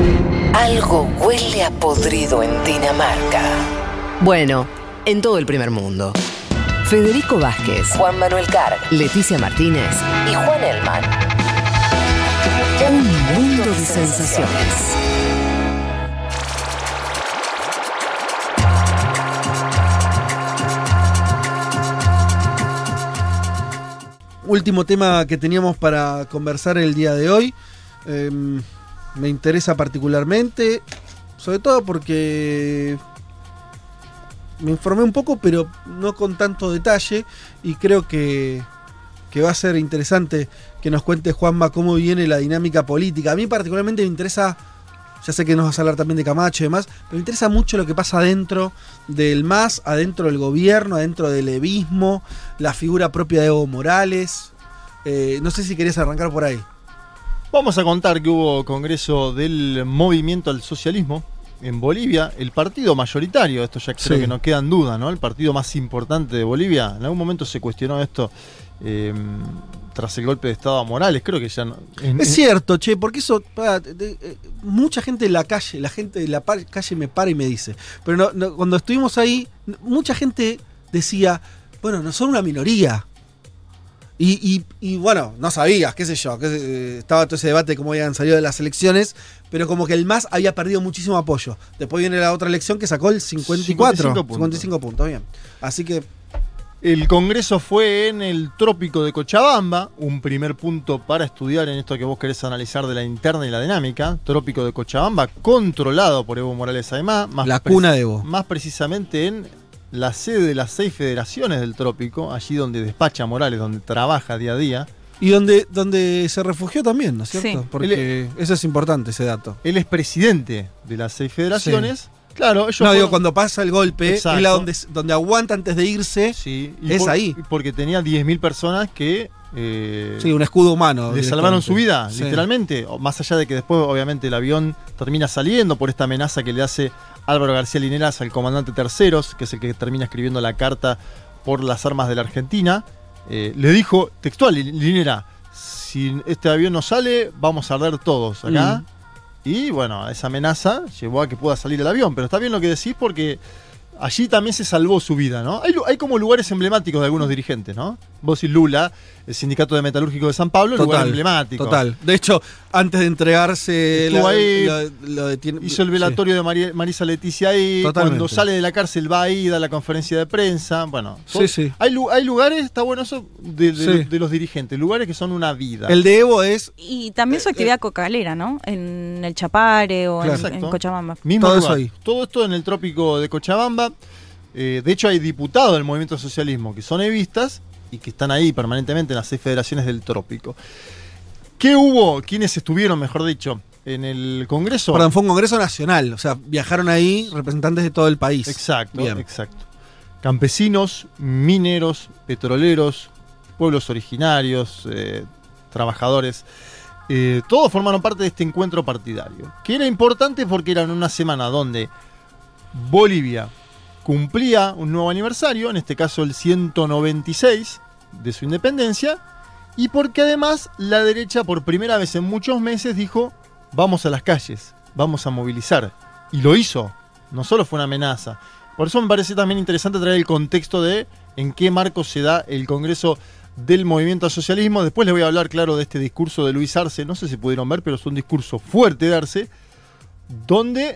Algo huele a podrido en Dinamarca. Bueno, en todo el primer mundo. Federico Vázquez, Juan Manuel Carg, Leticia Martínez y Juan Elman. Un mundo de sensaciones. Último tema que teníamos para conversar el día de hoy. Me interesa particularmente, sobre todo porque me informé un poco, pero no con tanto detalle, y creo que va a ser interesante que nos cuente, Juanma, cómo viene la dinámica política. A mí particularmente me interesa, ya sé que nos vas a hablar también de Camacho y demás, pero me interesa mucho lo que pasa adentro del MAS, adentro del gobierno, adentro del levismo, la figura propia de Evo Morales. No sé si querés arrancar por ahí. Vamos a contar que hubo congreso del Movimiento al Socialismo en Bolivia, el partido mayoritario, esto ya creo que no queda en duda, ¿no? El partido más importante de Bolivia. En algún momento se cuestionó esto tras el golpe de Estado a Morales, creo que ya no. Es cierto, che, porque eso, mucha gente en la calle, la gente de la calle me para y me dice, pero cuando estuvimos ahí, mucha gente decía, bueno, no son una minoría. Y bueno, no sabías, qué sé yo, estaba todo ese debate de cómo habían salido de las elecciones, pero como que el MAS había perdido muchísimo apoyo. Después viene la otra elección que sacó el 55 puntos, bien. Así que... El congreso fue en el trópico de Cochabamba, un primer punto para estudiar en esto que vos querés analizar de la interna y la dinámica. Trópico de Cochabamba, controlado por Evo Morales además. La cuna de Evo. Más precisamente en la sede de las 6 federaciones del trópico, allí donde despacha Morales, donde trabaja día a día. Y donde se refugió también, ¿no es cierto? Sí. Porque eso es importante, ese dato. Él es presidente de las 6 federaciones. Sí. Claro, digo, cuando pasa el golpe, es la donde aguanta antes de irse, sí, ahí. Porque tenía 10.000 personas que... sí, un escudo humano. Le salvaron su vida, literalmente. Más allá de que después, obviamente, el avión termina saliendo por esta amenaza que le hace Álvaro García Lineras al comandante Terceros, que es el que termina escribiendo la carta por las armas de la Argentina. Le dijo textual, Linera, si este avión no sale, vamos a arder todos acá. Y bueno, esa amenaza llevó a que pueda salir el avión. Pero está bien lo que decís porque allí también se salvó su vida, ¿no? Hay como lugares emblemáticos de algunos dirigentes, ¿no? Vos y Lula, el Sindicato de Metalúrgicos de San Pablo, lugar emblemático. Total. De hecho, antes de entregarse... Estuvo ahí, hizo el velatorio de Marisa Leticia ahí. Totalmente. Cuando sale de la cárcel va ahí, da la conferencia de prensa. Bueno, hay lugares, está bueno eso, de los dirigentes, lugares que son una vida. El de Evo es... Y también su actividad cocalera, ¿no? En el Chapare o en Cochabamba. Mismo todo lugar. Eso ahí. Todo esto en el trópico de Cochabamba. De hecho, hay diputados del Movimiento al Socialismo que son evistas y que están ahí permanentemente en las 6 federaciones del trópico. ¿Qué hubo? ¿Quiénes estuvieron, mejor dicho, en el Congreso? Perdón, fue un Congreso nacional, o sea, viajaron ahí representantes de todo el país. Exacto. Campesinos, mineros, petroleros, pueblos originarios, trabajadores, todos formaron parte de este encuentro partidario, que era importante porque era en una semana donde Bolivia cumplía un nuevo aniversario, en este caso el 196 de su independencia, y porque además la derecha por primera vez en muchos meses dijo, vamos a las calles, vamos a movilizar. Y lo hizo, no solo fue una amenaza. Por eso me parece también interesante traer el contexto de en qué marco se da el Congreso del Movimiento al Socialismo. Después les voy a hablar, claro, de este discurso de Luis Arce, no sé si pudieron ver, pero es un discurso fuerte de Arce, donde...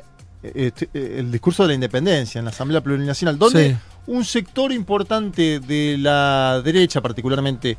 el discurso de la independencia en la Asamblea Plurinacional, donde un sector importante de la derecha, particularmente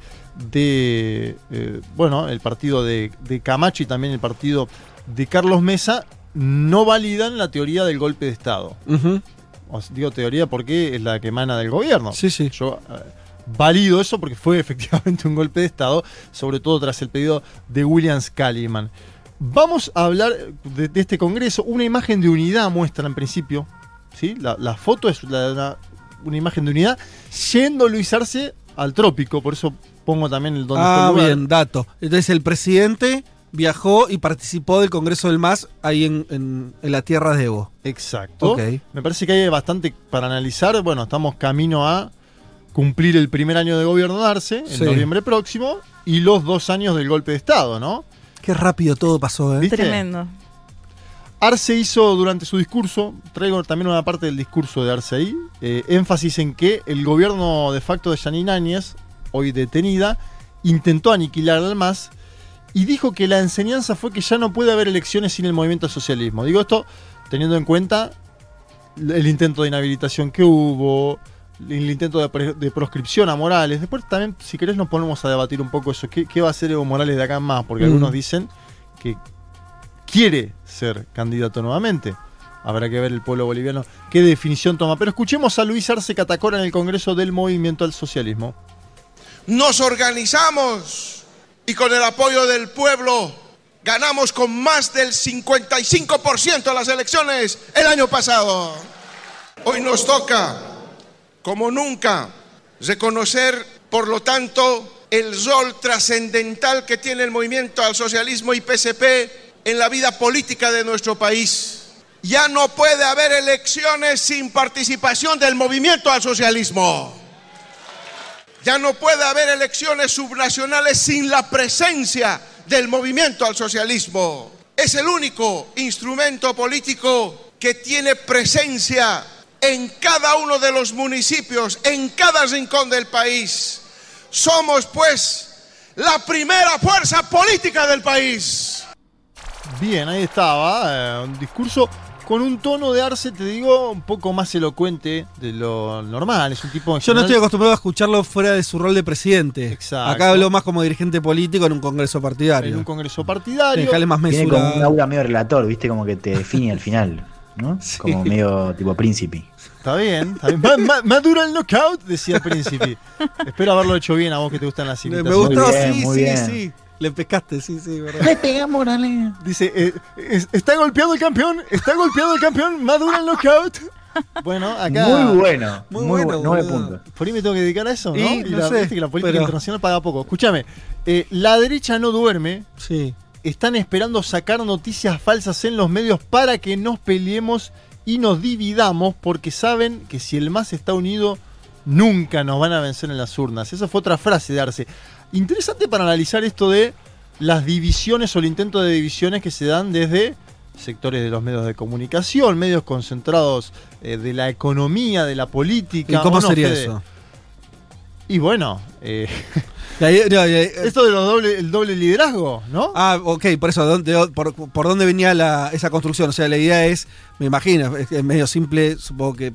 de el partido de Camacho y también el partido de Carlos Mesa, no validan la teoría del golpe de Estado. Os digo teoría porque es la que emana del gobierno. Yo valido eso porque fue efectivamente un golpe de Estado, sobre todo tras el pedido de William Scaliman. Vamos a hablar de este congreso. Una imagen de unidad muestra en principio, ¿sí? La foto es una imagen de unidad yendo Luis Arce al trópico, por eso pongo también el donde está el lugar. Bien, dato. Entonces el presidente viajó y participó del Congreso del MAS ahí en la tierra de Evo. Exacto. Me parece que hay bastante para analizar. Bueno, estamos camino a cumplir el primer año de gobierno de Arce, en noviembre próximo, y los 2 años del golpe de Estado, ¿no? Qué rápido todo pasó, ¿eh? ¿Viste? Tremendo. Arce hizo durante su discurso, traigo también una parte del discurso de Arce ahí, énfasis en que el gobierno de facto de Yanine Áñez, hoy detenida, intentó aniquilar al MAS y dijo que la enseñanza fue que ya no puede haber elecciones sin el movimiento al socialismo. Digo esto teniendo en cuenta el intento de inhabilitación que hubo, el intento de proscripción a Morales. Después también, si querés, nos ponemos a debatir un poco eso. ¿Qué va a hacer Evo Morales de acá en más? Porque algunos dicen que quiere ser candidato nuevamente. Habrá que ver el pueblo boliviano qué definición toma. Pero escuchemos a Luis Arce Catacora en el Congreso del Movimiento al Socialismo. Nos organizamos y con el apoyo del pueblo ganamos con más del 55% las elecciones el año pasado. Hoy nos toca, como nunca, reconocer, por lo tanto, el rol trascendental que tiene el movimiento al socialismo y PSP en la vida política de nuestro país. Ya no puede haber elecciones sin participación del movimiento al socialismo. Ya no puede haber elecciones subnacionales sin la presencia del movimiento al socialismo. Es el único instrumento político que tiene presencia en cada uno de los municipios, en cada rincón del país. Somos, pues, la primera fuerza política del país. Bien, ahí estaba, un discurso con un tono de Arce, te digo, un poco más elocuente de lo normal. Es un tipo Yo no estoy acostumbrado a escucharlo fuera de su rol de presidente. Exacto. Acá habló más como dirigente político en un congreso partidario. En un congreso partidario. Dejale más mesura. Tiene como un aura medio relator, ¿viste? Como que te define al final, ¿no? Sí. Como medio tipo príncipe. Está bien. Madura el knockout, decía el príncipe. Espero haberlo hecho bien a vos que te gustan las imitaciones. Me gustó, muy bien. sí. Le pescaste, sí, verdad. Le pegamos, dale. Dice, está golpeado el campeón, madura el knockout. Bueno, acá. Muy bueno. 9 puntos. Por ahí me tengo que dedicar a eso, ¿no? Y no sé, viste que la política internacional paga poco. Escúchame, la derecha no duerme. Sí. Están esperando sacar noticias falsas en los medios para que nos peleemos y nos dividamos, porque saben que si el MAS está unido, nunca nos van a vencer en las urnas. Esa fue otra frase de Arce. Interesante para analizar esto de las divisiones o el intento de divisiones que se dan desde sectores de los medios de comunicación, medios concentrados de la economía, de la política. ¿Y cómo sería eso? Y bueno, esto de el doble liderazgo, ¿no? Ah, ok, por eso, ¿por dónde venía esa construcción? O sea, la idea es, me imagino, es medio simple, supongo que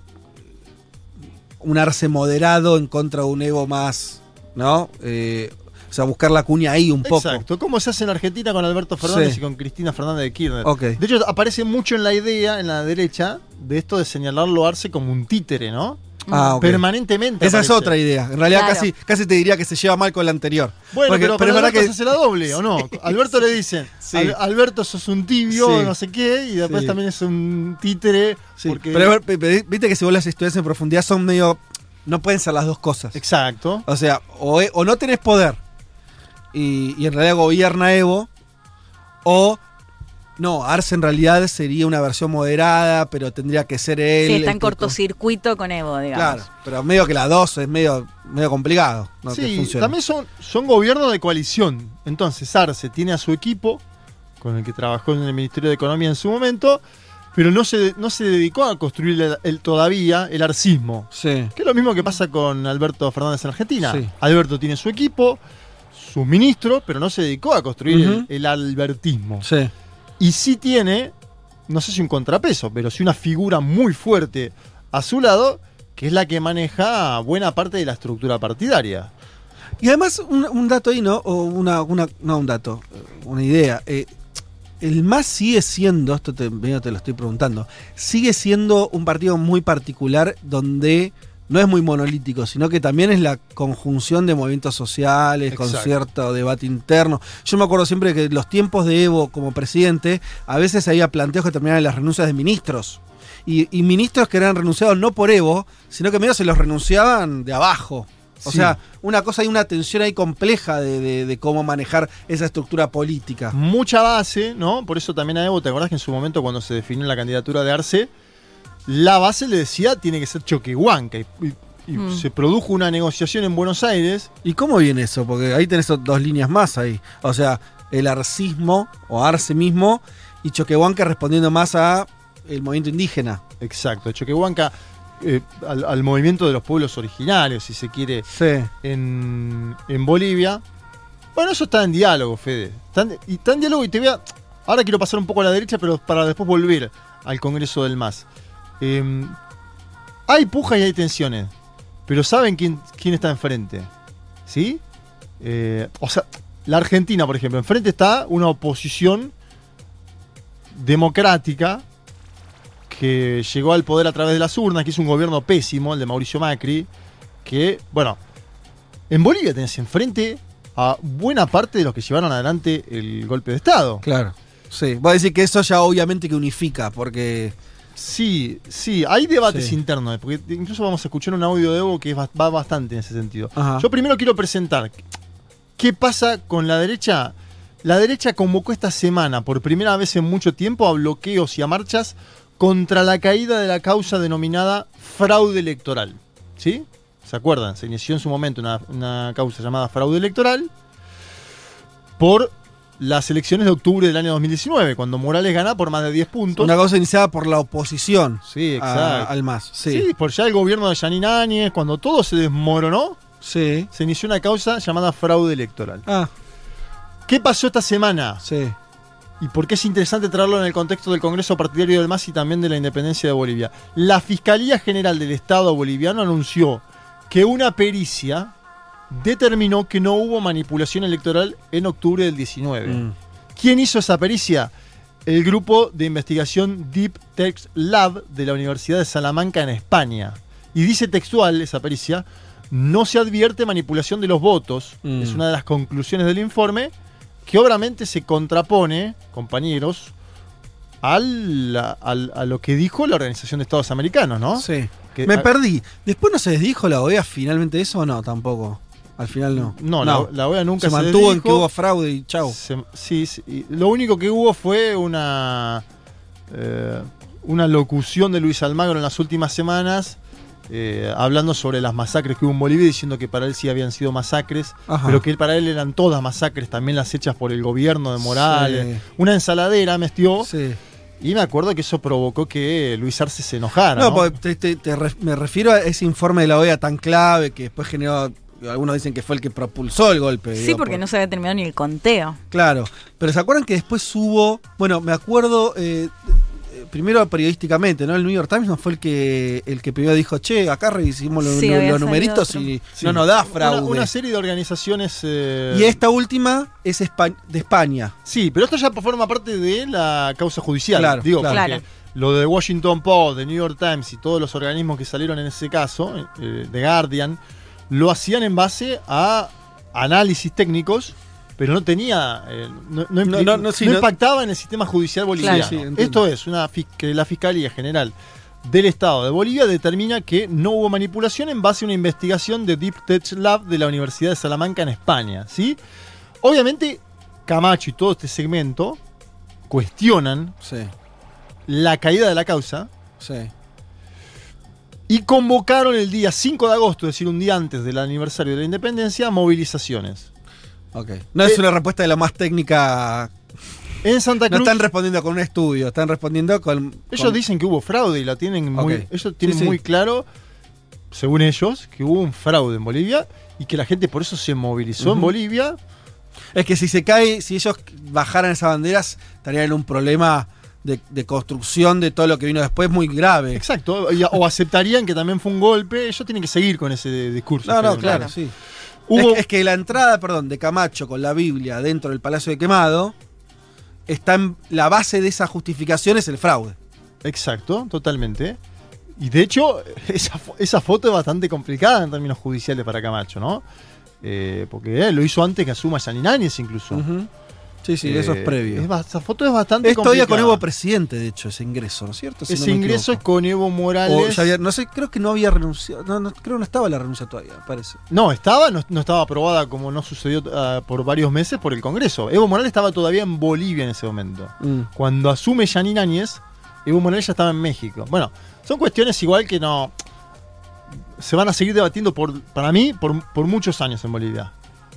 un Arce moderado en contra de un Evo más, ¿no? O sea, buscar la cuña ahí un poco. Exacto, como se hace en Argentina con Alberto Fernández y con Cristina Fernández de Kirchner. Okay. De hecho, aparece mucho en la idea, en la derecha, de esto de señalarlo a Arce como un títere, ¿no? Ah, okay. Permanentemente esa aparece. Es otra idea. En realidad casi te diría que se lleva mal con la anterior. Bueno, pero es verdad que se hace la doble, ¿o no? Sí. Alberto le dicen, Alberto sos un tibio, no sé qué, y después también es un títere. Sí. Porque... Pero viste que si vos las estudias en profundidad son medio... No pueden ser las dos cosas. Exacto. O sea, o no tenés poder y en realidad gobierna Evo, o no, Arce en realidad sería una versión moderada, pero tendría que ser él. Sí, está en cortocircuito con Evo, digamos. Claro, pero medio que las dos es medio complicado, ¿no? Sí, también son gobiernos de coalición. Entonces Arce tiene a su equipo, con el que trabajó en el Ministerio de Economía en su momento, pero no se dedicó a construir todavía el arcismo. Sí. Que es lo mismo que pasa con Alberto Fernández en Argentina. Sí. Alberto tiene su equipo, su ministro, pero no se dedicó a construir el albertismo. Sí. Y sí tiene, no sé si un contrapeso, pero sí una figura muy fuerte a su lado, que es la que maneja buena parte de la estructura partidaria. Y además, un dato ahí, ¿no? O no un dato, una idea. El MAS sigue siendo, esto te lo estoy preguntando, sigue siendo un partido muy particular donde no es muy monolítico, sino que también es la conjunción de movimientos sociales, con cierto debate interno. Yo me acuerdo siempre que los tiempos de Evo como presidente, a veces había planteos que terminaban en las renuncias de ministros. Y ministros que eran renunciados no por Evo, sino que medio se los renunciaban de abajo. O sea, una cosa, hay una tensión ahí compleja de cómo manejar esa estructura política. Mucha base, ¿no? Por eso también a Evo, ¿te acordás que en su momento cuando se definió la candidatura de Arce, la base le decía tiene que ser Choquehuanca y se produjo una negociación en Buenos Aires. ¿Y cómo viene eso? Porque ahí tenés dos líneas más ahí. O sea, el arcismo o Arce mismo Y Choquehuanca respondiendo más a el movimiento indígena. Exacto, Choquehuanca al movimiento de los pueblos originarios, si se quiere, en Bolivia. Bueno, eso está en diálogo, Fede. Está en diálogo y te voy a... Ahora quiero pasar un poco a la derecha, pero para después volver al Congreso del MAS. Hay pujas y hay tensiones, pero ¿saben quién está enfrente? ¿Sí? O sea, la Argentina, por ejemplo, enfrente está una oposición democrática que llegó al poder a través de las urnas, que es un gobierno pésimo, el de Mauricio Macri, que, bueno, en Bolivia tenés enfrente a buena parte de los que llevaron adelante el golpe de Estado. Claro, sí. Voy a decir que eso ya obviamente que unifica, porque... Sí, hay debates internos, porque incluso vamos a escuchar un audio de Evo que va bastante en ese sentido. Ajá. Yo primero quiero presentar qué pasa con la derecha. La derecha convocó esta semana, por primera vez en mucho tiempo, a bloqueos y a marchas contra la caída de la causa denominada fraude electoral. ¿Sí? ¿Se acuerdan? Se inició en su momento una causa llamada fraude electoral por las elecciones de octubre del año 2019, cuando Morales gana por más de 10 puntos. Una causa iniciada por la oposición, sí, exacto, al MAS. Sí, por ya el gobierno de Yanine Áñez, cuando todo se desmoronó, sí, se inició una causa llamada fraude electoral. ¿Qué pasó esta semana? Sí. ¿Y por qué es interesante traerlo en el contexto del Congreso Partidario del MAS y también de la independencia de Bolivia? La Fiscalía General del Estado boliviano anunció que una pericia determinó que no hubo manipulación electoral en octubre del 19. ¿Quién hizo esa pericia? El grupo de investigación Deep Text Lab de la Universidad de Salamanca en España. Y dice textual esa pericia: no se advierte manipulación de los votos. Es una de las conclusiones del informe, que obviamente se contrapone, compañeros, a lo que dijo la Organización de Estados Americanos, ¿no? Sí. Me perdí. ¿Después no se desdijo la OEA finalmente eso o no? Tampoco. Al final no. No. La OEA nunca se mantuvo desdijo. En que hubo fraude y chau. Sí. Lo único que hubo fue una locución de Luis Almagro en las últimas semanas, hablando sobre las masacres que hubo en Bolivia, diciendo que para él sí habían sido masacres, pero que para él eran todas masacres, también las hechas por el gobierno de Morales. Sí. Una ensaladera metió. Sí. Y me acuerdo que eso provocó que Luis Arce se enojara. No, porque me refiero a ese informe de la OEA tan clave que después generó... Algunos dicen que fue el que propulsó el golpe. Sí, porque no se había terminado ni el conteo. Claro, pero ¿se acuerdan que después hubo... Bueno, me acuerdo... primero periodísticamente, ¿no? El New York Times no fue el que primero dijo, che, acá revisamos los numeritos y no nos da fraude. Una serie de organizaciones... Y esta última es de España. Sí, pero esto ya forma parte de la causa judicial. Claro, porque lo de Washington Post, de New York Times y todos los organismos que salieron en ese caso, The Guardian, lo hacían en base a análisis técnicos, pero no tenía no impactaba en el sistema judicial boliviano. Claro, sí, esto es que la Fiscalía General del Estado de Bolivia determina que no hubo manipulación en base a una investigación de Deep Tech Lab de la Universidad de Salamanca en España, ¿sí? Obviamente Camacho y todo este segmento cuestionan la caída de la causa. Sí. Y convocaron el día 5 de agosto, es decir, un día antes del aniversario de la independencia, movilizaciones. No es una respuesta de la más técnica. En Santa Cruz. No están respondiendo con un estudio, están respondiendo con... Ellos dicen que hubo fraude y la tienen ellos tienen muy claro, según ellos, que hubo un fraude en Bolivia y que la gente por eso se movilizó en Bolivia. Es que si ellos bajaran esas banderas, estarían en un problema de construcción de todo lo que vino después muy grave. Exacto, o aceptarían que también fue un golpe. Ellos tienen que seguir con ese discurso. Claro, sí. Es que la entrada, de Camacho con la Biblia dentro del Palacio de Quemado, está en la base de esa justificación es el fraude. Exacto, totalmente. Y de hecho, esa foto es bastante complicada en términos judiciales para Camacho, ¿no? Porque lo hizo antes que asuma Yanine Áñez incluso. Sí, eso es previo. Esa foto es bastante complicada. Todavía con Evo presidente, de hecho, ese ingreso, ¿no es cierto? Si ese ingreso es con Evo Morales. Creo que no había renunciado. Creo que no estaba la renuncia todavía, parece. No estaba aprobada, como no sucedió por varios meses, por el Congreso. Evo Morales estaba todavía en Bolivia en ese momento. Cuando asume Yanine Áñez, Evo Morales ya estaba en México. Bueno, son cuestiones igual que no... Se van a seguir debatiendo, para mí, por muchos años en Bolivia.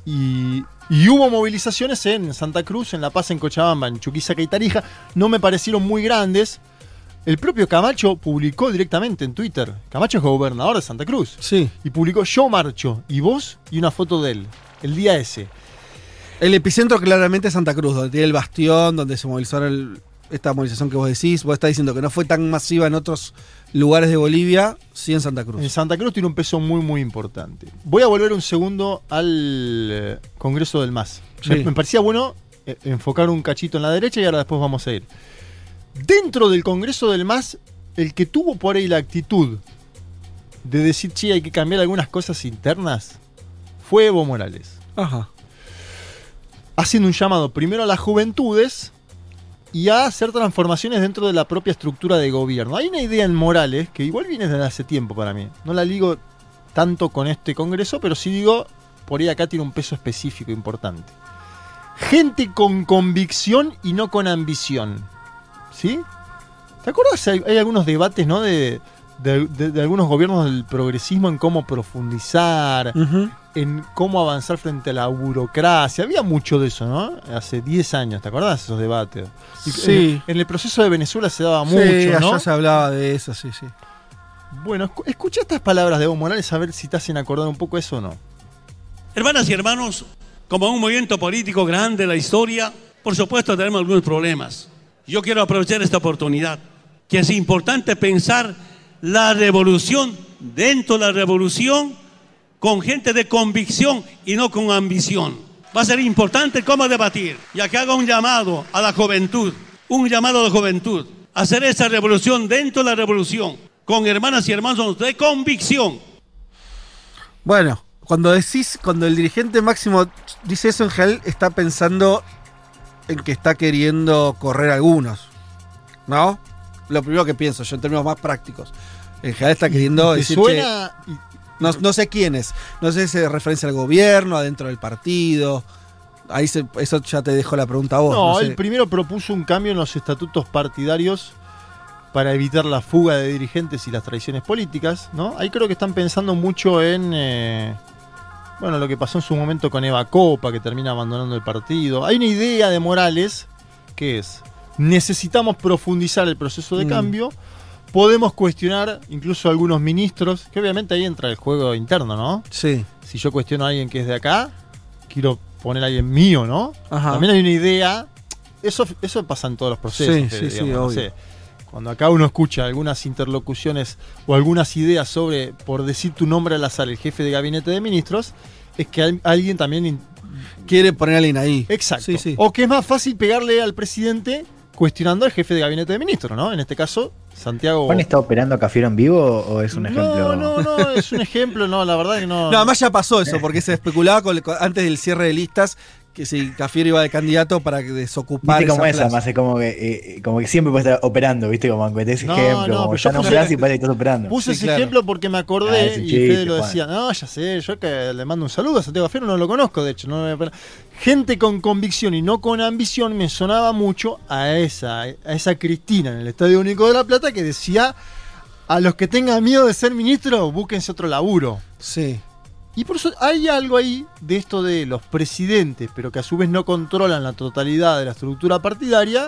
Y hubo movilizaciones en Santa Cruz, en La Paz, en Cochabamba, en Chuquisaca y Tarija. No me parecieron muy grandes. El propio Camacho publicó directamente en Twitter. Camacho es gobernador de Santa Cruz. Sí. Y publicó: yo marcho, y vos, y una foto de él. El día ese. El epicentro claramente es Santa Cruz, donde tiene el bastión, donde se movilizó esta movilización que vos decís. Vos estás diciendo que no fue tan masiva en otros lugares de Bolivia, sí en Santa Cruz. En Santa Cruz tiene un peso muy, muy importante. Voy a volver un segundo al Congreso del MAS. Sí. Me parecía bueno enfocar un cachito en la derecha y ahora después vamos a ir. Dentro del Congreso del MAS, el que tuvo por ahí la actitud de decir, che, hay que cambiar algunas cosas internas, fue Evo Morales. Ajá. Haciendo un llamado primero a las juventudes y a hacer transformaciones dentro de la propia estructura de gobierno. Hay una idea en Morales que igual viene desde hace tiempo para mí. No la ligo tanto con este Congreso, pero sí digo, por ahí acá tiene un peso específico importante. Gente con convicción y no con ambición. ¿Sí? ¿Te acuerdas? Hay algunos debates, ¿no? de algunos gobiernos del progresismo en cómo profundizar, en cómo avanzar frente a la burocracia. Había mucho de eso, ¿no? Hace 10 años, ¿te acordás? Esos debates. Sí. En el proceso de Venezuela se daba mucho, ¿no? Allá se hablaba de eso, sí. Bueno, escucha estas palabras de Evo Morales a ver si te hacen acordar un poco eso o no. Hermanas y hermanos, como un movimiento político grande de la historia, por supuesto tenemos algunos problemas. Yo quiero aprovechar esta oportunidad, que es importante pensar la revolución dentro de la revolución con gente de convicción y no con ambición. Va a ser importante cómo debatir, ya que haga un llamado a la juventud, a hacer esa revolución dentro de la revolución, con hermanas y hermanos de convicción. Bueno, cuando el dirigente máximo dice eso, en general está pensando en que está queriendo correr a algunos, ¿no? Lo primero que pienso yo en términos más prácticos. En general está queriendo decir suena... no sé quiénes, no sé si se referencia al gobierno, adentro del partido. Ahí eso ya te dejo la pregunta a vos. No, no sé. Él primero propuso un cambio en los estatutos partidarios para evitar la fuga de dirigentes y las traiciones políticas, ¿no? Ahí creo que están pensando mucho en lo que pasó en su momento con Eva Copa, que termina abandonando el partido. Hay una idea de Morales que es: necesitamos profundizar el proceso de cambio. Podemos cuestionar incluso a algunos ministros, que obviamente ahí entra el juego interno, ¿no? Sí. Si yo cuestiono a alguien que es de acá, quiero poner a alguien mío, ¿no? Ajá. También hay una idea. Eso pasa en todos los procesos. Sí, digamos, no obvio. sé. Cuando acá uno escucha algunas interlocuciones o algunas ideas sobre, por decir tu nombre al azar, el jefe de gabinete de ministros, es que alguien también quiere poner a alguien ahí. Exacto. Sí. O que es más fácil pegarle al presidente cuestionando al jefe de gabinete de ministros, ¿no? En este caso, Santiago... ¿Juan está operando a Cafiero en vivo o es un ejemplo? No, es un ejemplo, no, la verdad que no... No, además ya pasó eso, porque se especulaba antes del cierre de listas que si Cafiero iba de candidato para desocupar. Viste como esa además es como que siempre puede estar operando, viste, como aunque te des ejemplo, como ya nombrás y parece que estás operando. Puse ese ejemplo porque me acordé y chiste, Fede lo decía. No, ya sé, yo que le mando un saludo a Santiago Cafiero, no lo conozco, de hecho. Gente con convicción y no con ambición me sonaba mucho a esa Cristina en el Estadio Único de La Plata que decía: a los que tengan miedo de ser ministro, búsquense otro laburo. Sí. Y por eso hay algo ahí de esto de los presidentes, pero que a su vez no controlan la totalidad de la estructura partidaria.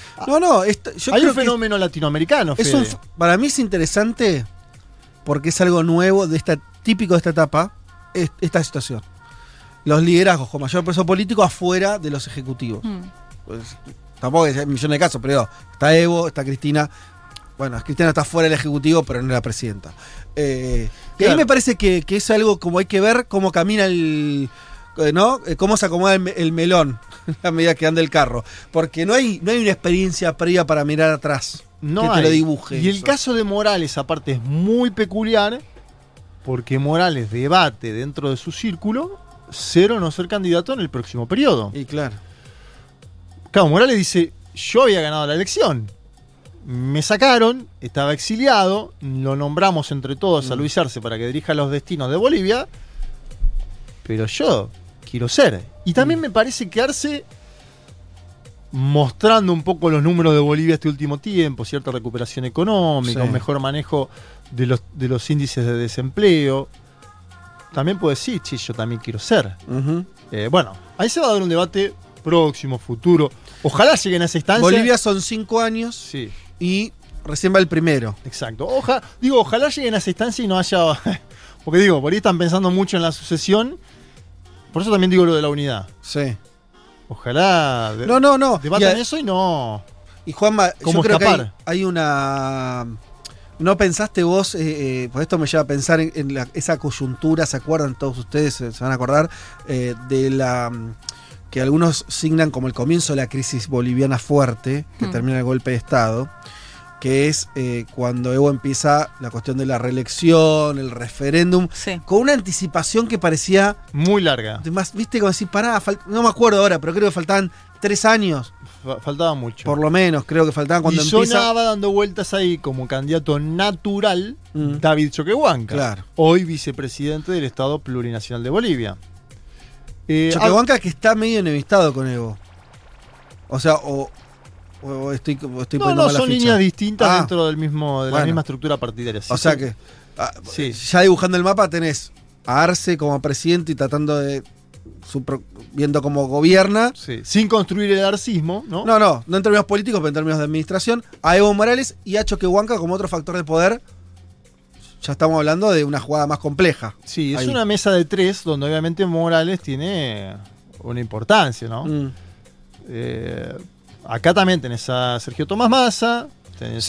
Yo hay creo un fenómeno latinoamericano, Fede. Para mí es interesante porque es algo nuevo, típico de esta etapa, esta situación. Los liderazgos con mayor peso político afuera de los ejecutivos. Pues, tampoco hay millones de casos, pero está Evo, está Cristina. Bueno, Cristina está fuera del ejecutivo, pero no es la presidenta. Y ahí me parece que es algo como hay que ver cómo camina ¿no? Cómo se acomoda el melón a medida que anda el carro. Porque no hay una experiencia previa para mirar atrás. No que hay. Te lo dibuje. Y el caso de Morales, aparte, es muy peculiar, porque Morales debate dentro de su círculo ser o no ser candidato en el próximo periodo. Y claro. Claro, Morales dice: yo había ganado la elección. Me sacaron, estaba exiliado, lo nombramos entre todos a Luis Arce para que dirija los destinos de Bolivia, pero yo quiero ser. Y también me parece que Arce, mostrando un poco los números de Bolivia este último tiempo, cierta recuperación económica, un mejor manejo de los índices de desempleo, también puede decir, sí, yo también quiero ser. Bueno, ahí se va a dar un debate próximo, futuro. Ojalá lleguen a esa instancia. Bolivia son 5 años sí. Y recién va el primero. Exacto. Ojalá lleguen a esa instancia y no haya... Porque digo, por ahí están pensando mucho en la sucesión. Por eso también digo lo de la unidad. Sí. Ojalá no. debatan eso y no... Y Juanma, yo creo escapar. Que hay una... ¿No pensaste vos, pues esto me lleva a pensar en esa coyuntura, ¿se acuerdan todos ustedes? Se van a acordar de la... que algunos signan como el comienzo de la crisis boliviana fuerte, que termina el golpe de Estado, que es cuando Evo empieza la cuestión de la reelección, el referéndum, con una anticipación que parecía... muy larga. Más, viste, como decir, no me acuerdo ahora, pero creo que faltaban 3 años. Faltaba mucho. Por lo menos, creo que faltaban cuando empieza... Y sonaba dando vueltas ahí como candidato natural David Choquehuanca. Claro. Hoy vicepresidente del Estado Plurinacional de Bolivia. Choquehuanca que está medio enemistado con Evo. O sea, o estoy poniendo mala son ficha. líneas distintas dentro de la misma estructura partidaria. O sea que ya dibujando el mapa tenés a Arce como presidente y tratando de... viendo cómo gobierna. Sí. Sin construir el arcismo, ¿no? No en términos políticos, pero en términos de administración. A Evo Morales y a Choquehuanca como otro factor de poder. Ya estamos hablando de una jugada más compleja. Sí, es una mesa de 3 donde obviamente Morales tiene una importancia, ¿no? Acá también tenés a Sergio Tomás Massa, tenés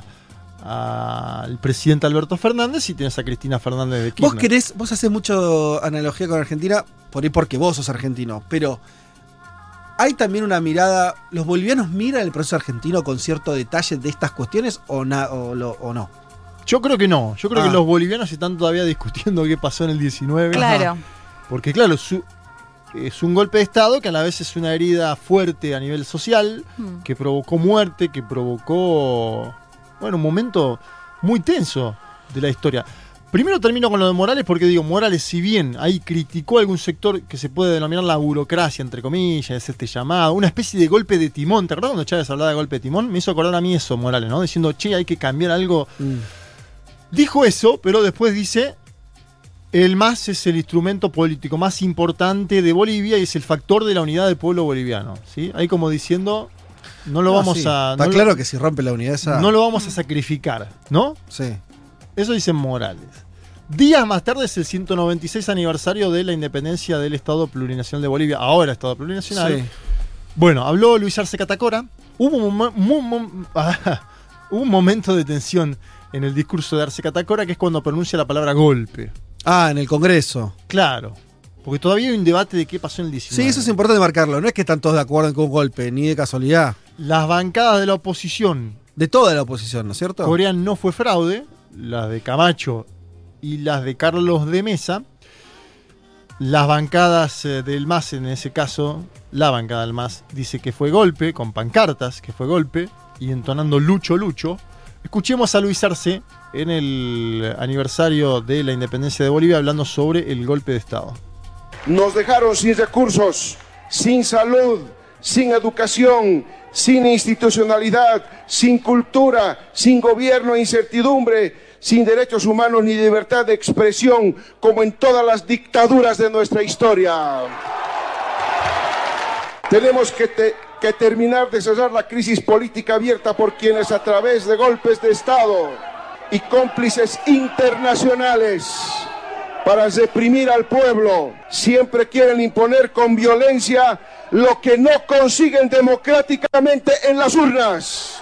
al presidente Alberto Fernández y tenés a Cristina Fernández de Kirchner. Vos hacés mucho analogía con Argentina, por ahí porque vos sos argentino, pero hay también una mirada, ¿los bolivianos miran el proceso argentino con cierto detalle de estas cuestiones o no? Yo creo que no, yo creo que los bolivianos están todavía discutiendo qué pasó en el 19. Claro. Porque claro, es un golpe de Estado que a la vez es una herida fuerte a nivel social, que provocó muerte, que provocó, un momento muy tenso de la historia. Primero termino con lo de Morales porque digo, Morales, si bien ahí criticó algún sector que se puede denominar la burocracia, entre comillas, este llamado, una especie de golpe de timón. ¿Te acuerdas cuando Chávez hablaba de golpe de timón? Me hizo acordar a mí eso, Morales, ¿no? Diciendo, hay que cambiar algo. Dijo eso, pero después dice... El MAS es el instrumento político más importante de Bolivia y es el factor de la unidad del pueblo boliviano. ¿Sí? Ahí como diciendo, no lo vamos a... Está claro que si rompe la unidad esa... No lo vamos a sacrificar, ¿no? Sí. Eso dice Morales. Días más tarde es el 196 aniversario de la independencia del Estado Plurinacional de Bolivia. Ahora Estado Plurinacional. Sí. Bueno, habló Luis Arce Catacora. Hubo un momento de tensión en el discurso de Arce Catacora, que es cuando pronuncia la palabra golpe. En el Congreso. Claro, porque todavía hay un debate de qué pasó en el 19. Sí, eso es importante marcarlo. No es que están todos de acuerdo con un golpe, ni de casualidad. Las bancadas de la oposición. De toda la oposición, ¿no es cierto? Corea no fue fraude, las de Camacho y las de Carlos de Mesa. Las bancadas del MAS, en ese caso, la bancada del MAS dice que fue golpe, con pancartas que fue golpe, y entonando Lucho, Lucho. Escuchemos a Luis Arce en el aniversario de la independencia de Bolivia hablando sobre el golpe de Estado. Nos dejaron sin recursos, sin salud, sin educación, sin institucionalidad, sin cultura, sin gobierno e incertidumbre, sin derechos humanos ni libertad de expresión, como en todas las dictaduras de nuestra historia. Tenemos que terminar de cerrar la crisis política abierta por quienes a través de golpes de Estado y cómplices internacionales para reprimir al pueblo siempre quieren imponer con violencia lo que no consiguen democráticamente en las urnas.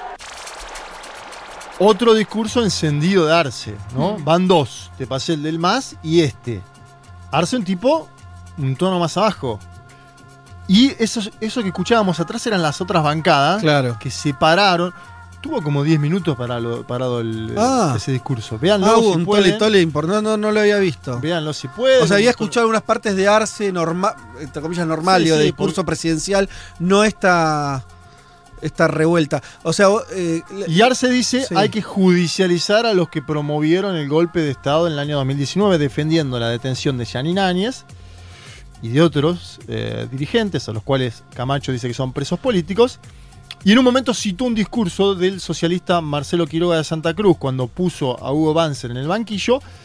Otro discurso encendido de Arce, ¿no? Van dos, te pasé el del MAS y este. Arce un tipo, un tono más abajo. Y eso que escuchábamos atrás eran las otras bancadas, claro, que se pararon. Tuvo como 10 minutos parado ese discurso. Véanlo si pueden. Tole, no lo había visto. Véanlo si pueden. O sea, había escuchado algunas partes de Arce, entre comillas normal, de discurso presidencial, no esta revuelta. O sea, y Arce dice, hay que judicializar a los que promovieron el golpe de Estado en el año 2019, defendiendo la detención de Yanine Áñez y de otros dirigentes, a los cuales Camacho dice que son presos políticos. Y en un momento citó un discurso del socialista Marcelo Quiroga de Santa Cruz cuando puso a Hugo Banzer en el banquillo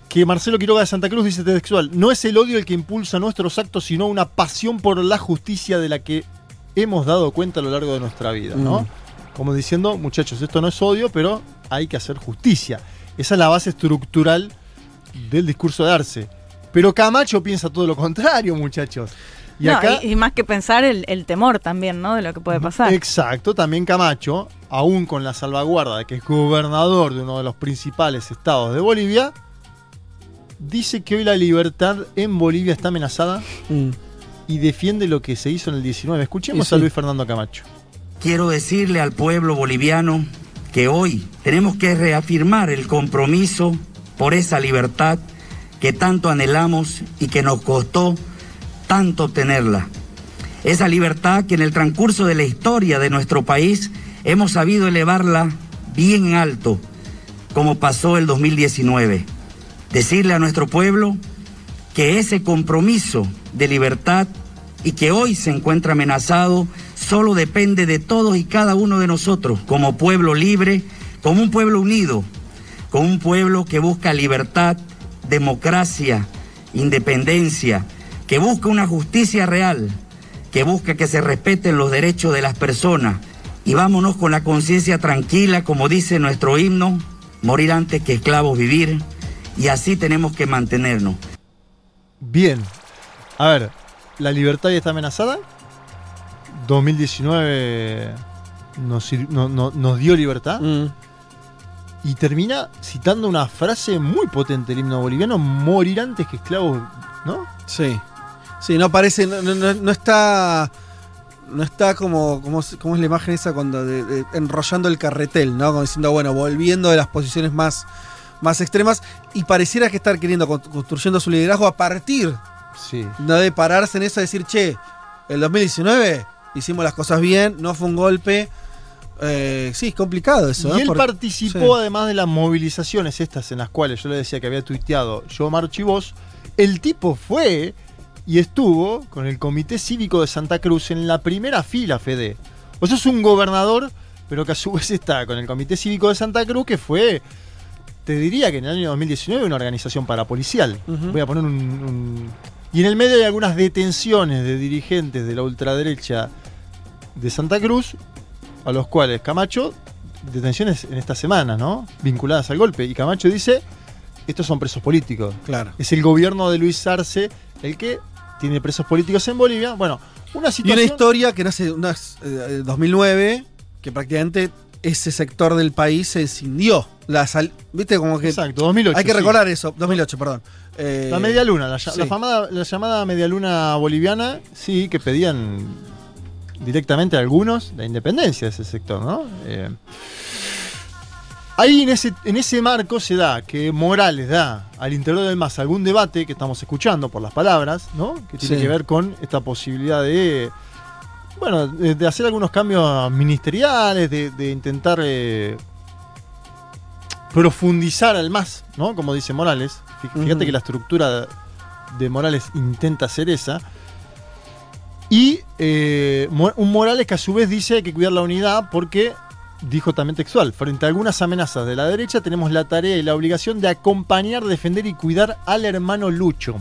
que Marcelo Quiroga de Santa Cruz dice textual: no es el odio el que impulsa nuestros actos, sino una pasión por la justicia de la que hemos dado cuenta a lo largo de nuestra vida, ¿no? Como diciendo, muchachos, esto no es odio, pero hay que hacer justicia. Esa es la base estructural del discurso de Arce. Pero Camacho piensa todo lo contrario, muchachos. Y, acá, y más que pensar el temor también, ¿no? De lo que puede pasar. Exacto, también Camacho, aún con la salvaguarda de que es gobernador de uno de los principales estados de Bolivia, dice que hoy la libertad en Bolivia está amenazada y defiende lo que se hizo en el 19. Escuchemos a Luis Fernando Camacho. Quiero decirle al pueblo boliviano que hoy tenemos que reafirmar el compromiso por esa libertad que tanto anhelamos y que nos costó tanto obtenerla. Esa libertad que en el transcurso de la historia de nuestro país hemos sabido elevarla bien alto, como pasó el 2019. Decirle a nuestro pueblo que ese compromiso de libertad y que hoy se encuentra amenazado solo depende de todos y cada uno de nosotros, como pueblo libre, como un pueblo unido, como un pueblo que busca libertad, democracia, independencia, que busca una justicia real, que busca que se respeten los derechos de las personas. Y vámonos con la conciencia tranquila, como dice nuestro himno: morir antes que esclavos vivir, y así tenemos que mantenernos. Bien, a ver, ¿la libertad ya está amenazada? 2019 nos dio libertad. Y termina citando una frase muy potente del himno boliviano: morir antes que esclavos, ¿no? Sí. Sí, no parece, no está como es la imagen esa cuando enrollando el carretel, ¿no? Como diciendo, bueno, volviendo de las posiciones más extremas, y pareciera que estar queriendo construyendo su liderazgo a partir, no de pararse en eso, de decir, che, el 2019 hicimos las cosas bien, no fue un golpe. Sí, es complicado eso. Y él participó, además de las movilizaciones estas en las cuales yo le decía que había tuiteado Yo Marcho y Vos, el tipo fue y estuvo con el Comité Cívico de Santa Cruz en la primera fila, Fede. O sea, es un gobernador, pero que a su vez está con el Comité Cívico de Santa Cruz, que fue, te diría que en el año 2019, una organización parapolicial. Voy a poner Y en el medio hay algunas detenciones de dirigentes de la ultraderecha de Santa Cruz, a los cuales Camacho, detenciones en esta semana, ¿no? Vinculadas al golpe. Y Camacho dice, estos son presos políticos. Claro. Es el gobierno de Luis Arce el que tiene presos políticos en Bolivia. Bueno, una situación... Y una historia que nace en 2009, que prácticamente ese sector del país se escindió. ¿Viste? Como que... Exacto, 2008. Hay que recordar eso. 2008, perdón. La media luna, la llamada media luna boliviana, sí, que pedían directamente a algunos la independencia de ese sector, ¿no? Ahí en ese marco se da que Morales da al interior del MAS algún debate que estamos escuchando por las palabras, ¿no? Que tiene que ver con esta posibilidad de, bueno, de hacer algunos cambios ministeriales, de intentar profundizar al MAS, ¿no? Como dice Morales. Fíjate que la estructura de Morales intenta hacer esa. Y un Morales que a su vez dice que hay que cuidar la unidad porque, dijo también textual, frente a algunas amenazas de la derecha tenemos la tarea y la obligación de acompañar, defender y cuidar al hermano Lucho.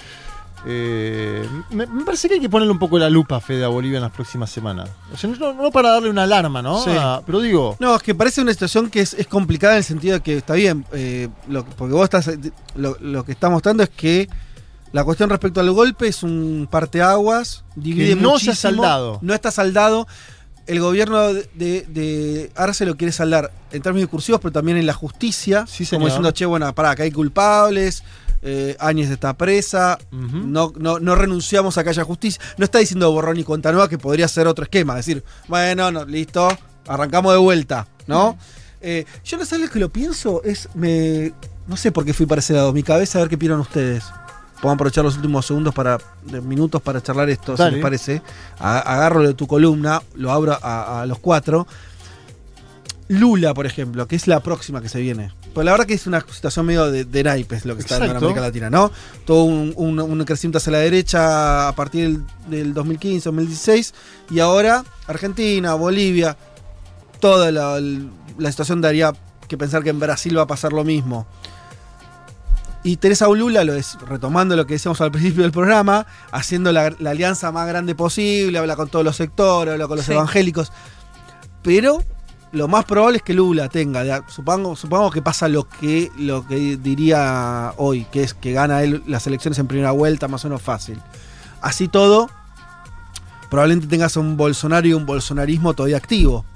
Me parece que hay que ponerle un poco la lupa, Fede, a Bolivia en las próximas semanas. O sea, no para darle una alarma, ¿no? Sí. Pero digo... No, es que parece una situación que es complicada en el sentido de que está bien, porque vos estás... Lo que está mostrando es que la cuestión respecto al golpe es un parteaguas, divide que no muchísimo, se ha saldado. No está saldado. El gobierno de Arce lo quiere saldar en términos discursivos, pero también en la justicia. Sí, como diciendo, che, bueno, pará, acá hay culpables, Áñez está presa, no renunciamos a que haya justicia. No está diciendo borrón y cuenta nueva, que podría ser otro esquema. Decir, bueno, no, listo, arrancamos de vuelta, ¿no? Yo no sé lo que lo pienso, no sé por qué fui para ese lado. Mi cabeza, a ver qué opinan ustedes. Podemos aprovechar los últimos minutos para charlar esto, Dale. si les parece. Agarro de tu columna, lo abro a los cuatro. Lula, por ejemplo, que es la próxima que se viene. Pues la verdad que es una situación medio de naipes lo que está dando en América Latina, ¿no? Todo un crecimiento hacia la derecha a partir del 2015, 2016. Y ahora Argentina, Bolivia, toda la situación daría que pensar que en Brasil va a pasar lo mismo. Y tenés a un Lula, retomando lo que decíamos al principio del programa, haciendo la alianza más grande posible, habla con todos los sectores, habla con los evangélicos. Pero lo más probable es que Lula tenga, supongamos que pasa lo que diría hoy, que es que gana él las elecciones en primera vuelta, más o menos fácil. Así todo, probablemente tengas un Bolsonaro y un bolsonarismo todavía activo.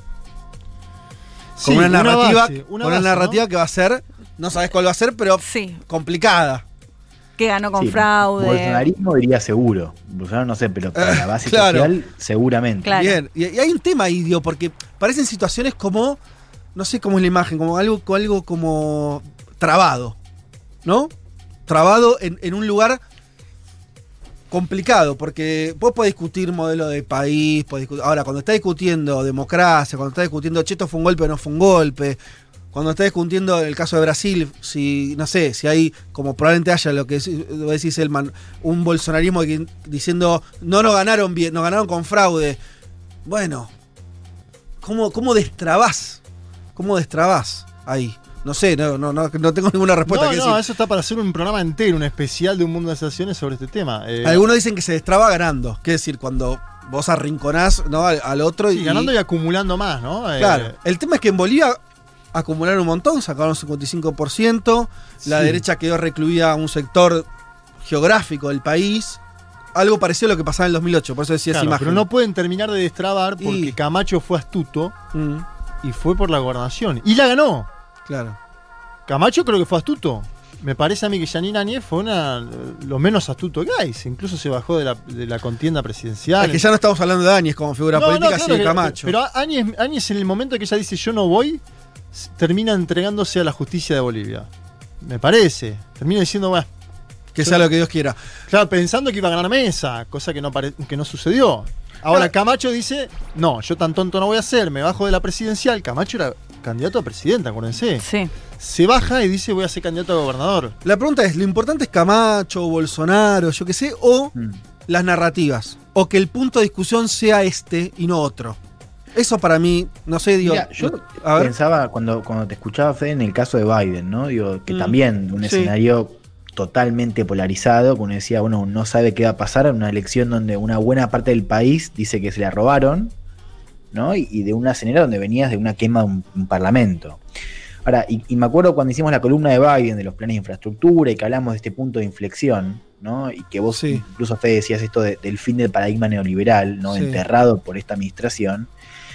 Con una narrativa que va a ser, no sabes cuál va a ser, pero complicada. Que ganó con fraude. Bolsonarismo diría seguro. Bolsonaro no sé, pero para la base social seguramente. Claro. Bien, y hay un tema ahí, digo, porque parecen situaciones como, no sé cómo es la imagen, como algo como trabado, ¿no? Trabado en un lugar complicado, porque vos podés discutir modelo de país, ahora cuando estás discutiendo democracia, cuando estás discutiendo esto fue un golpe o no fue un golpe, cuando estás discutiendo el caso de Brasil, si hay, como probablemente haya lo que decís, Elman, un bolsonarismo diciendo no ganaron bien, nos ganaron con fraude. Bueno, ¿cómo destrabás? ¿Cómo destrabás ahí? No sé, no tengo ninguna respuesta que decir. Eso está para hacer un programa entero, un especial de Un Mundo de Sensaciones sobre este tema. Algunos dicen que se destraba ganando, que es decir, cuando vos arrinconás, ¿no? al otro y ganando y acumulando más, ¿no? Claro. El tema es que en Bolivia acumularon un montón, sacaron un 55%, la derecha quedó recluida a un sector geográfico del país. Algo parecido a lo que pasaba en el 2008, por eso decía esa imagen. Pero no pueden terminar de destrabar porque Camacho fue astuto y fue por la gobernación. Y la ganó. Claro. Camacho creo que fue astuto. Me parece a mí que Yanina Áñez fue lo menos astuto que hay. Incluso se bajó de la contienda presidencial. Es que ya no estamos hablando de Áñez como figura política, sino de Camacho. Pero Áñez en el momento que ella dice yo no voy, termina entregándose a la justicia de Bolivia. Me parece. Termina diciendo, bueno, que sea lo que Dios quiera. Claro, pensando que iba a ganar Mesa, cosa que no sucedió. Ahora Camacho dice, no, yo tan tonto no voy a ser, me bajo de la presidencial. Camacho era candidato a presidente, acuérdense. Sí. Se baja y dice voy a ser candidato a gobernador. La pregunta es, ¿lo importante es Camacho, Bolsonaro, yo qué sé, o las narrativas? O que el punto de discusión sea este y no otro. Eso para mí, no sé, digo... Mira, yo pensaba, cuando te escuchaba, Fede, en el caso de Biden, ¿no? Digo, que también un escenario totalmente polarizado, que uno decía, bueno, no sabe qué va a pasar en una elección donde una buena parte del país dice que se la robaron, ¿no? Y de una escenario donde venías de una quema de un parlamento. Ahora, y me acuerdo cuando hicimos la columna de Biden de los planes de infraestructura y que hablamos de este punto de inflexión, ¿no? Y que vos incluso, Fede, decías esto del fin del paradigma neoliberal, ¿no? Enterrado por esta administración.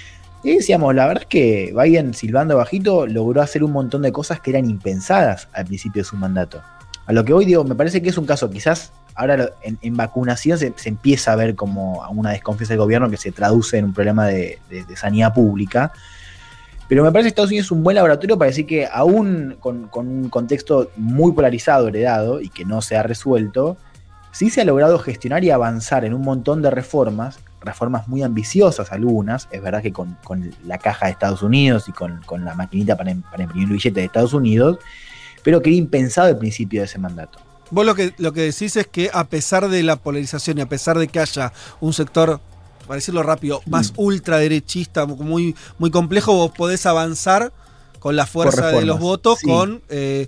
Y decíamos, la verdad es que Biden, silbando bajito, logró hacer un montón de cosas que eran impensadas al principio de su mandato. A lo que hoy digo, me parece que es un caso, quizás ahora en vacunación se empieza a ver como una desconfianza del gobierno que se traduce en un problema de sanidad pública. Pero me parece que Estados Unidos es un buen laboratorio para decir que aún con un contexto muy polarizado, heredado, y que no se ha resuelto, sí se ha logrado gestionar y avanzar en un montón de reformas muy ambiciosas algunas, es verdad que con la caja de Estados Unidos y con la maquinita para imprimir el billete de Estados Unidos, pero que era impensado al principio de ese mandato. Vos lo que decís es que a pesar de la polarización y a pesar de que haya un sector, para decirlo rápido, más ultraderechista, muy, muy complejo, vos podés avanzar con la fuerza de los votos, con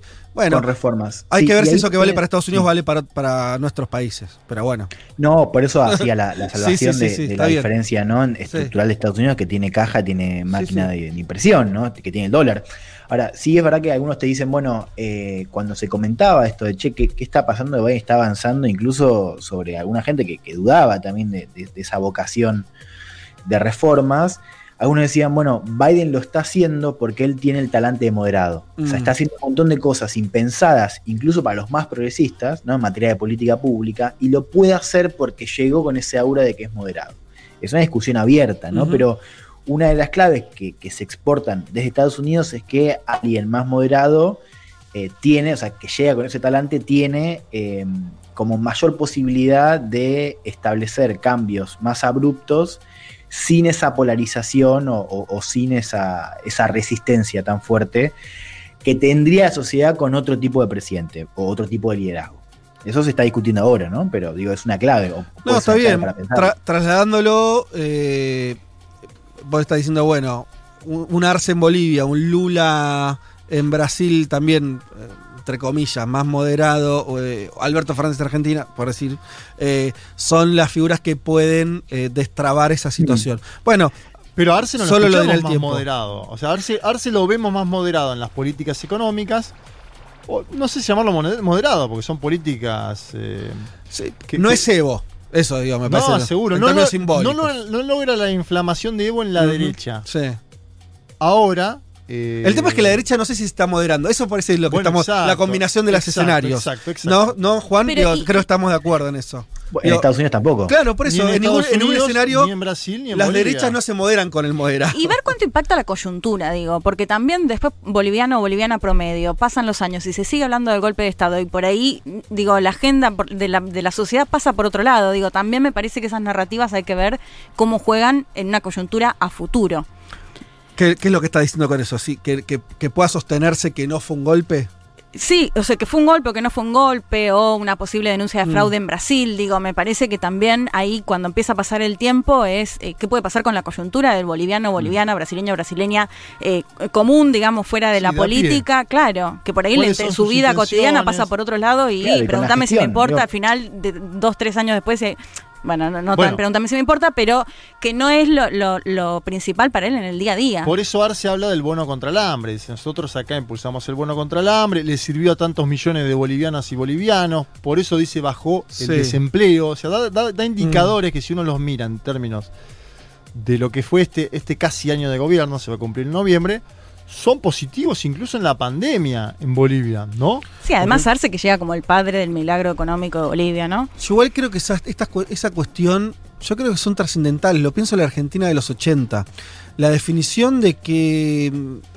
reformas. Hay que ver si eso que vale para Estados Unidos vale para nuestros países, pero bueno. No, por eso hacía la salvación de la diferencia, ¿no? Estructural de Estados Unidos, que tiene caja, tiene máquina de impresión, ¿no? Que tiene el dólar. Ahora, sí es verdad que algunos te dicen, bueno, cuando se comentaba esto de, che, ¿qué está pasando? Biden está avanzando incluso sobre alguna gente que dudaba también de esa vocación de reformas. Algunos decían, bueno, Biden lo está haciendo porque él tiene el talante de moderado. O sea, está haciendo un montón de cosas impensadas, incluso para los más progresistas, ¿no? En materia de política pública, y lo puede hacer porque llegó con ese aura de que es moderado. Es una discusión abierta, ¿no? Pero una de las claves que se exportan desde Estados Unidos es que alguien más moderado tiene, o sea, que llega con ese talante, tiene como mayor posibilidad de establecer cambios más abruptos sin esa polarización o sin esa resistencia tan fuerte que tendría la sociedad con otro tipo de presidente o otro tipo de liderazgo. Eso se está discutiendo ahora, ¿no? Pero digo, es una clave. No, está bien. Trasladándolo, vos estás diciendo, bueno, un Arce en Bolivia, un Lula en Brasil también, entre comillas, más moderado, Alberto Fernández de Argentina, por decir, son las figuras que pueden destrabar esa situación. Bueno, pero a Arce no solo lo dirá el más tiempo. Moderado. O sea, Arce lo vemos más moderado en las políticas económicas. O, no sé si llamarlo moderado, porque son políticas... no es Evo. Eso, digo, me parece. No, seguro. No logra la inflamación de Evo en la derecha. Sí. Ahora... el tema es que la derecha no sé si se está moderando. Eso parece lo que estamos. Exacto, la combinación de los escenarios. Exacto. No, Juan, creo que estamos de acuerdo en eso. En Estados Unidos tampoco. Claro, por eso, en ningún escenario. Ni en Brasil, ni en las Bolivia. derechas no se moderan con el moderado. Y ver cuánto impacta la coyuntura, digo, porque también después boliviano o boliviana promedio, pasan los años y se sigue hablando del golpe de Estado y por ahí, digo, la agenda de la sociedad pasa por otro lado. Digo, también me parece que esas narrativas hay que ver cómo juegan en una coyuntura a futuro. ¿Qué es lo que está diciendo con eso? ¿Sí? ¿Que pueda sostenerse que no fue un golpe? Sí, o sea, que fue un golpe o que no fue un golpe, o una posible denuncia de fraude en Brasil, digo, me parece que también ahí cuando empieza a pasar el tiempo es qué puede pasar con la coyuntura del boliviano, boliviana, brasileña, común, digamos, fuera de la política, claro, que por ahí en su vida cotidiana pasa por otro lado y claro, pregúntame si me importa, al final, de 2-3 años después... Bueno, pregúntame si me importa, pero que no es lo principal para él en el día a día. Por eso Arce habla del bono contra el hambre. Dice, nosotros acá impulsamos el bono contra el hambre, le sirvió a tantos millones de bolivianas y bolivianos, por eso dice bajó el desempleo. O sea, da indicadores que si uno los mira en términos de lo que fue este casi año de gobierno, se va a cumplir en noviembre, son positivos incluso en la pandemia en Bolivia, ¿no? Sí, además Arce que llega como el padre del milagro económico de Bolivia, ¿no? Yo igual creo que esa cuestión, yo creo que son trascendentales. Lo pienso en la Argentina de los 80. La definición de que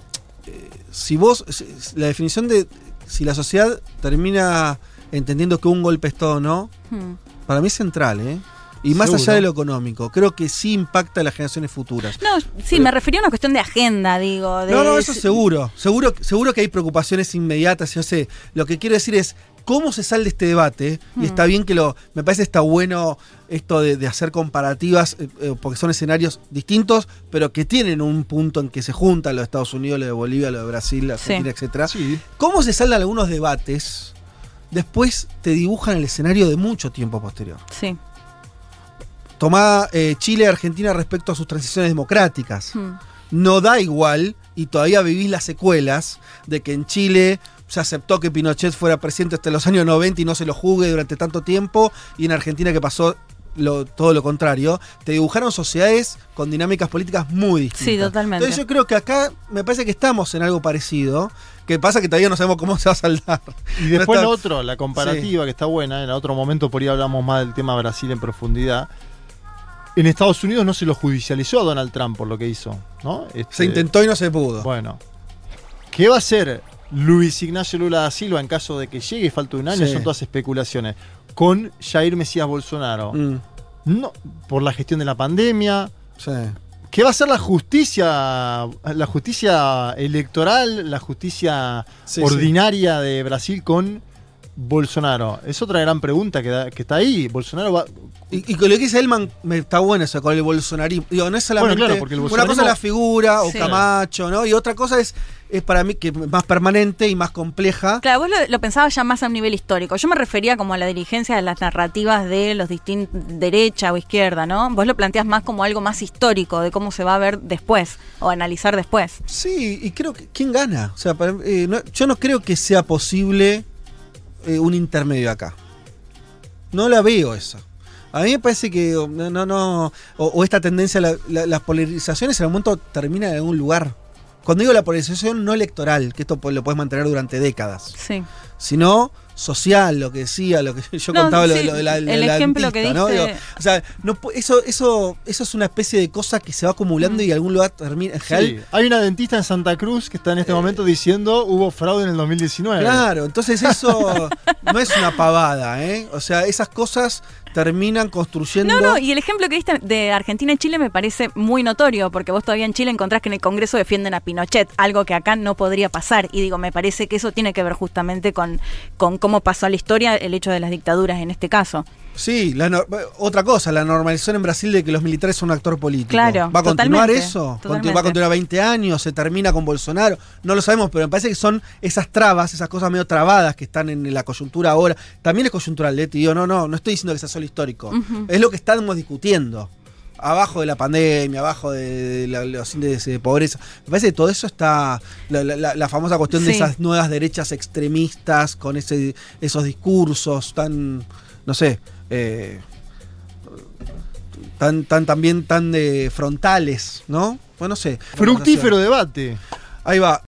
la definición de si la sociedad termina entendiendo que un golpe es todo o no, para mí es central, ¿eh? Y más allá de lo económico, creo que sí impacta a las generaciones futuras. No, sí, me refería a una cuestión de agenda, digo. No, eso seguro. Seguro que hay preocupaciones inmediatas. Yo sé, lo que quiero decir es cómo se sale de este debate. Y está bien que me parece está bueno esto de hacer comparativas, porque son escenarios distintos, pero que tienen un punto en que se juntan los de Estados Unidos, los de Bolivia, los de Brasil, la Argentina, etcétera. Sí. Cómo se salen algunos debates, después te dibujan el escenario de mucho tiempo posterior. Sí. Tomá Chile y Argentina respecto a sus transiciones democráticas. No da igual, y todavía vivís las secuelas de que en Chile se aceptó que Pinochet fuera presidente hasta los años 90 y no se lo juzgue durante tanto tiempo, y en Argentina que pasó todo lo contrario. Te dibujaron sociedades con dinámicas políticas muy distintas. Sí, totalmente. Entonces yo creo que acá me parece que estamos en algo parecido, que pasa que todavía no sabemos cómo se va a saldar. Y después la comparativa que está buena, en otro momento por ahí hablamos más del tema Brasil en profundidad. En Estados Unidos no se lo judicializó a Donald Trump por lo que hizo, ¿no? Se intentó y no se pudo. Bueno, ¿qué va a hacer Luis Ignacio Lula da Silva en caso de que llegue y falte un año? Son todas especulaciones. Con Jair Mesías Bolsonaro. No, por la gestión de la pandemia. Sí. ¿Qué va a hacer la justicia electoral, la justicia ordinaria de Brasil con Bolsonaro? Es otra gran pregunta que está ahí. Bolsonaro va... Y con lo que dice Elman, está bueno eso, con el bolsonarismo. Digo, no es solamente... Bueno, claro, porque el una cosa es la figura, o Camacho, ¿no? Y otra cosa es para mí que más permanente y más compleja. Claro, vos lo pensabas ya más a un nivel histórico. Yo me refería como a la dirigencia de las narrativas de los distintos derecha o izquierda, ¿no? Vos lo planteás más como algo más histórico, de cómo se va a ver después, o analizar después. Sí, y creo que... ¿Quién gana? O sea, yo no creo que sea posible un intermedio acá. No la veo esa. A mí me parece que o esta tendencia a las polarizaciones en algún momento termina en algún lugar. Cuando digo la polarización no electoral, que esto lo puedes mantener durante décadas, sino social, lo que decía, lo que yo contaba, lo de la el ejemplo que diste, ¿no? Digo, o sea, eso es una especie de cosa que se va acumulando y en algún lugar termina. En general, hay una dentista en Santa Cruz que está en este momento diciendo hubo fraude en el 2019. Claro, entonces eso no es una pavada, ¿eh? O sea, esas cosas terminan construyendo... No, y el ejemplo que diste de Argentina y Chile me parece muy notorio, porque vos todavía en Chile encontrás que en el Congreso defienden a Pinochet, algo que acá no podría pasar, y digo, me parece que eso tiene que ver justamente con cómo pasó a la historia el hecho de las dictaduras en este caso. Sí, otra cosa, la normalización en Brasil de que los militares son un actor político. Claro, ¿Va a continuar totalmente, eso? totalmente. ¿Va a continuar 20 años? ¿Se termina con Bolsonaro? No lo sabemos, pero me parece que son esas trabas, esas cosas medio trabadas que están en la coyuntura ahora. También es coyuntural, Leti. Yo no estoy diciendo que sea solo histórico. Es lo que estamos discutiendo. Abajo de la pandemia, abajo de los índices de pobreza. Me parece que todo eso está. La famosa cuestión de esas nuevas derechas extremistas con esos discursos tan. No sé. También tan frontales, ¿no? Bueno, no sé. Fructífero debate. Ahí va.